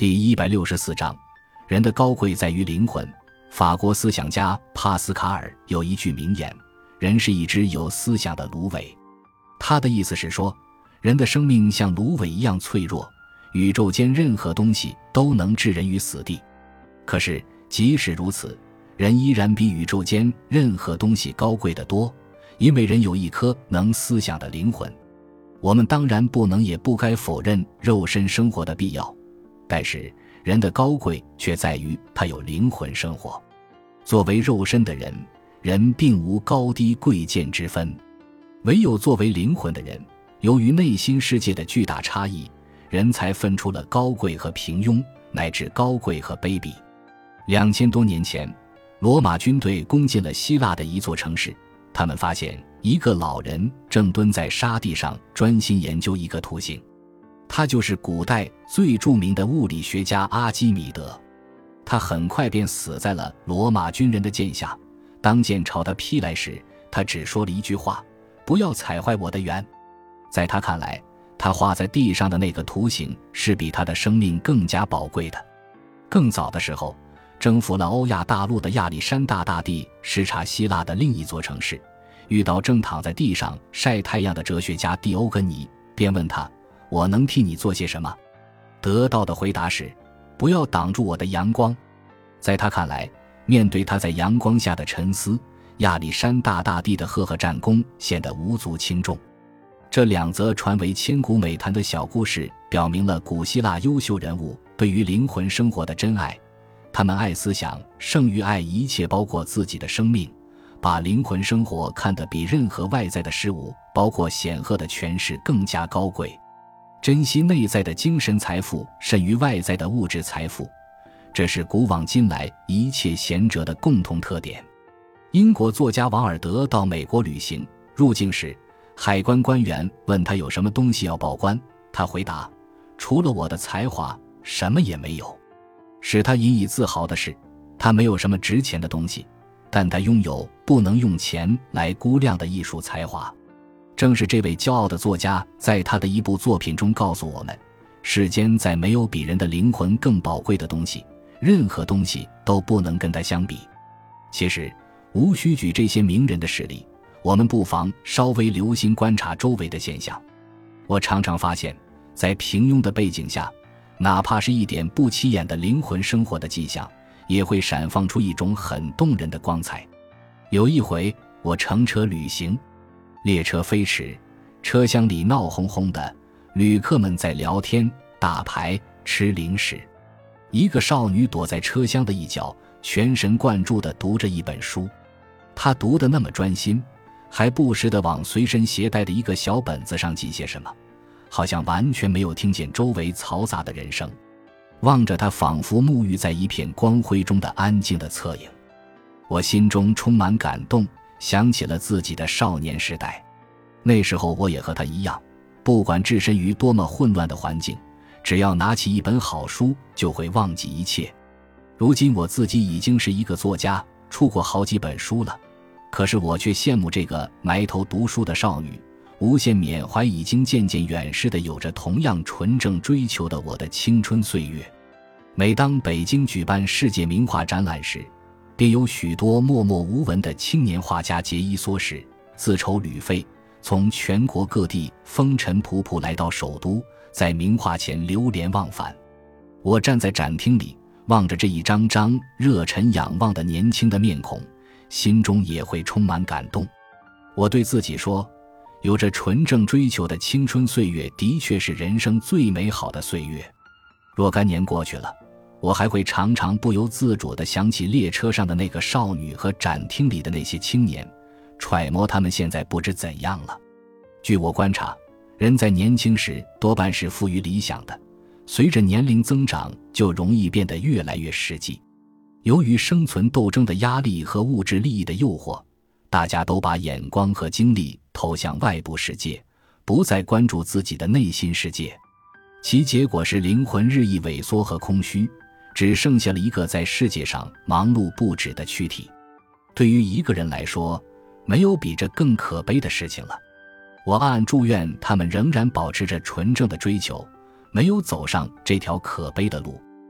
第164章，人的高贵在于灵魂。法国思想家帕斯卡尔有一句名言：人是一只有思想的芦苇。他的意思是说，人的生命像芦苇一样脆弱，宇宙间任何东西都能置人于死地。可是即使如此，人依然比宇宙间任何东西高贵得多，因为人有一颗能思想的灵魂。我们当然不能也不该否认肉身生活的必要，但是人的高贵却在于他有灵魂生活。作为肉身的人，人并无高低贵贱之分，唯有作为灵魂的人，由于内心世界的巨大差异，人才分出了高贵和平庸，乃至高贵和卑鄙。2000多年前，罗马军队攻进了希腊的一座城市，他们发现一个老人正蹲在沙地上专心研究一个图形，他就是古代最著名的物理学家阿基米德。他很快便死在了罗马军人的剑下，当剑朝他劈来时，他只说了一句话：不要踩坏我的圆。在他看来，他画在地上的那个图形是比他的生命更加宝贵的。更早的时候，征服了欧亚大陆的亚历山大大帝视察希腊的另一座城市，遇到正躺在地上晒太阳的哲学家狄欧根尼，便问他：我能替你做些什么？得到的回答是：不要挡住我的阳光。在他看来，面对他在阳光下的沉思，亚历山大大帝的赫赫战功显得无足轻重。这两则传为千古美谈的小故事表明了古希腊优秀人物对于灵魂生活的真爱，他们爱思想胜于爱一切，包括自己的生命，把灵魂生活看得比任何外在的事物，包括显赫的权势更加高贵，珍惜内在的精神财富甚于外在的物质财富，这是古往今来一切贤者的共同特点。英国作家王尔德到美国旅行，入境时海关官员问他有什么东西要报关，他回答：除了我的才华，什么也没有。使他引以自豪的是，他没有什么值钱的东西，但他拥有不能用钱来估量的艺术才华。正是这位骄傲的作家在他的一部作品中告诉我们，世间再没有比人的灵魂更宝贵的东西，任何东西都不能跟他相比。其实无需举这些名人的事例，我们不妨稍微留心观察周围的现象。我常常发现，在平庸的背景下，哪怕是一点不起眼的灵魂生活的迹象，也会闪放出一种很动人的光彩。有一回，我乘车旅行，列车飞驰，车厢里闹哄哄的，旅客们在聊天、打牌、吃零食。一个少女躲在车厢的一角，全神贯注地读着一本书。她读得那么专心，还不时地往随身携带的一个小本子上记些什么，好像完全没有听见周围嘈杂的人声。望着她仿佛沐浴在一片光辉中的安静的侧影，我心中充满感动，想起了自己的少年时代。那时候我也和她一样，不管置身于多么混乱的环境，只要拿起一本好书就会忘记一切。如今我自己已经是一个作家，出过好几本书了，可是我却羡慕这个埋头读书的少女，无限缅怀已经渐渐远逝的有着同样纯正追求的我的青春岁月。每当北京举办世界名画展览时，便有许多默默无闻的青年画家节衣缩食，自筹旅费，从全国各地风尘仆仆来到首都，在名画前流连忘返。我站在展厅里，望着这一张张热忱仰望的年轻的面孔，心中也会充满感动。我对自己说，有着纯正追求的青春岁月的确是人生最美好的岁月。若干年过去了，我还会常常不由自主地想起列车上的那个少女和展厅里的那些青年，揣摩他们现在不知怎样了。据我观察，人在年轻时多半是富于理想的，随着年龄增长就容易变得越来越实际。由于生存斗争的压力和物质利益的诱惑，大家都把眼光和精力投向外部世界，不再关注自己的内心世界。其结果是灵魂日益萎缩和空虚，只剩下了一个在世界上忙碌不止的躯体。对于一个人来说，没有比这更可悲的事情了。我暗暗祝愿他们仍然保持着纯正的追求，没有走上这条可悲的路。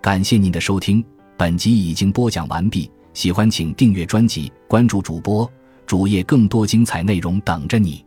感谢您的收听，本集已经播讲完毕，喜欢请订阅专辑，关注主播，主页更多精彩内容等着你。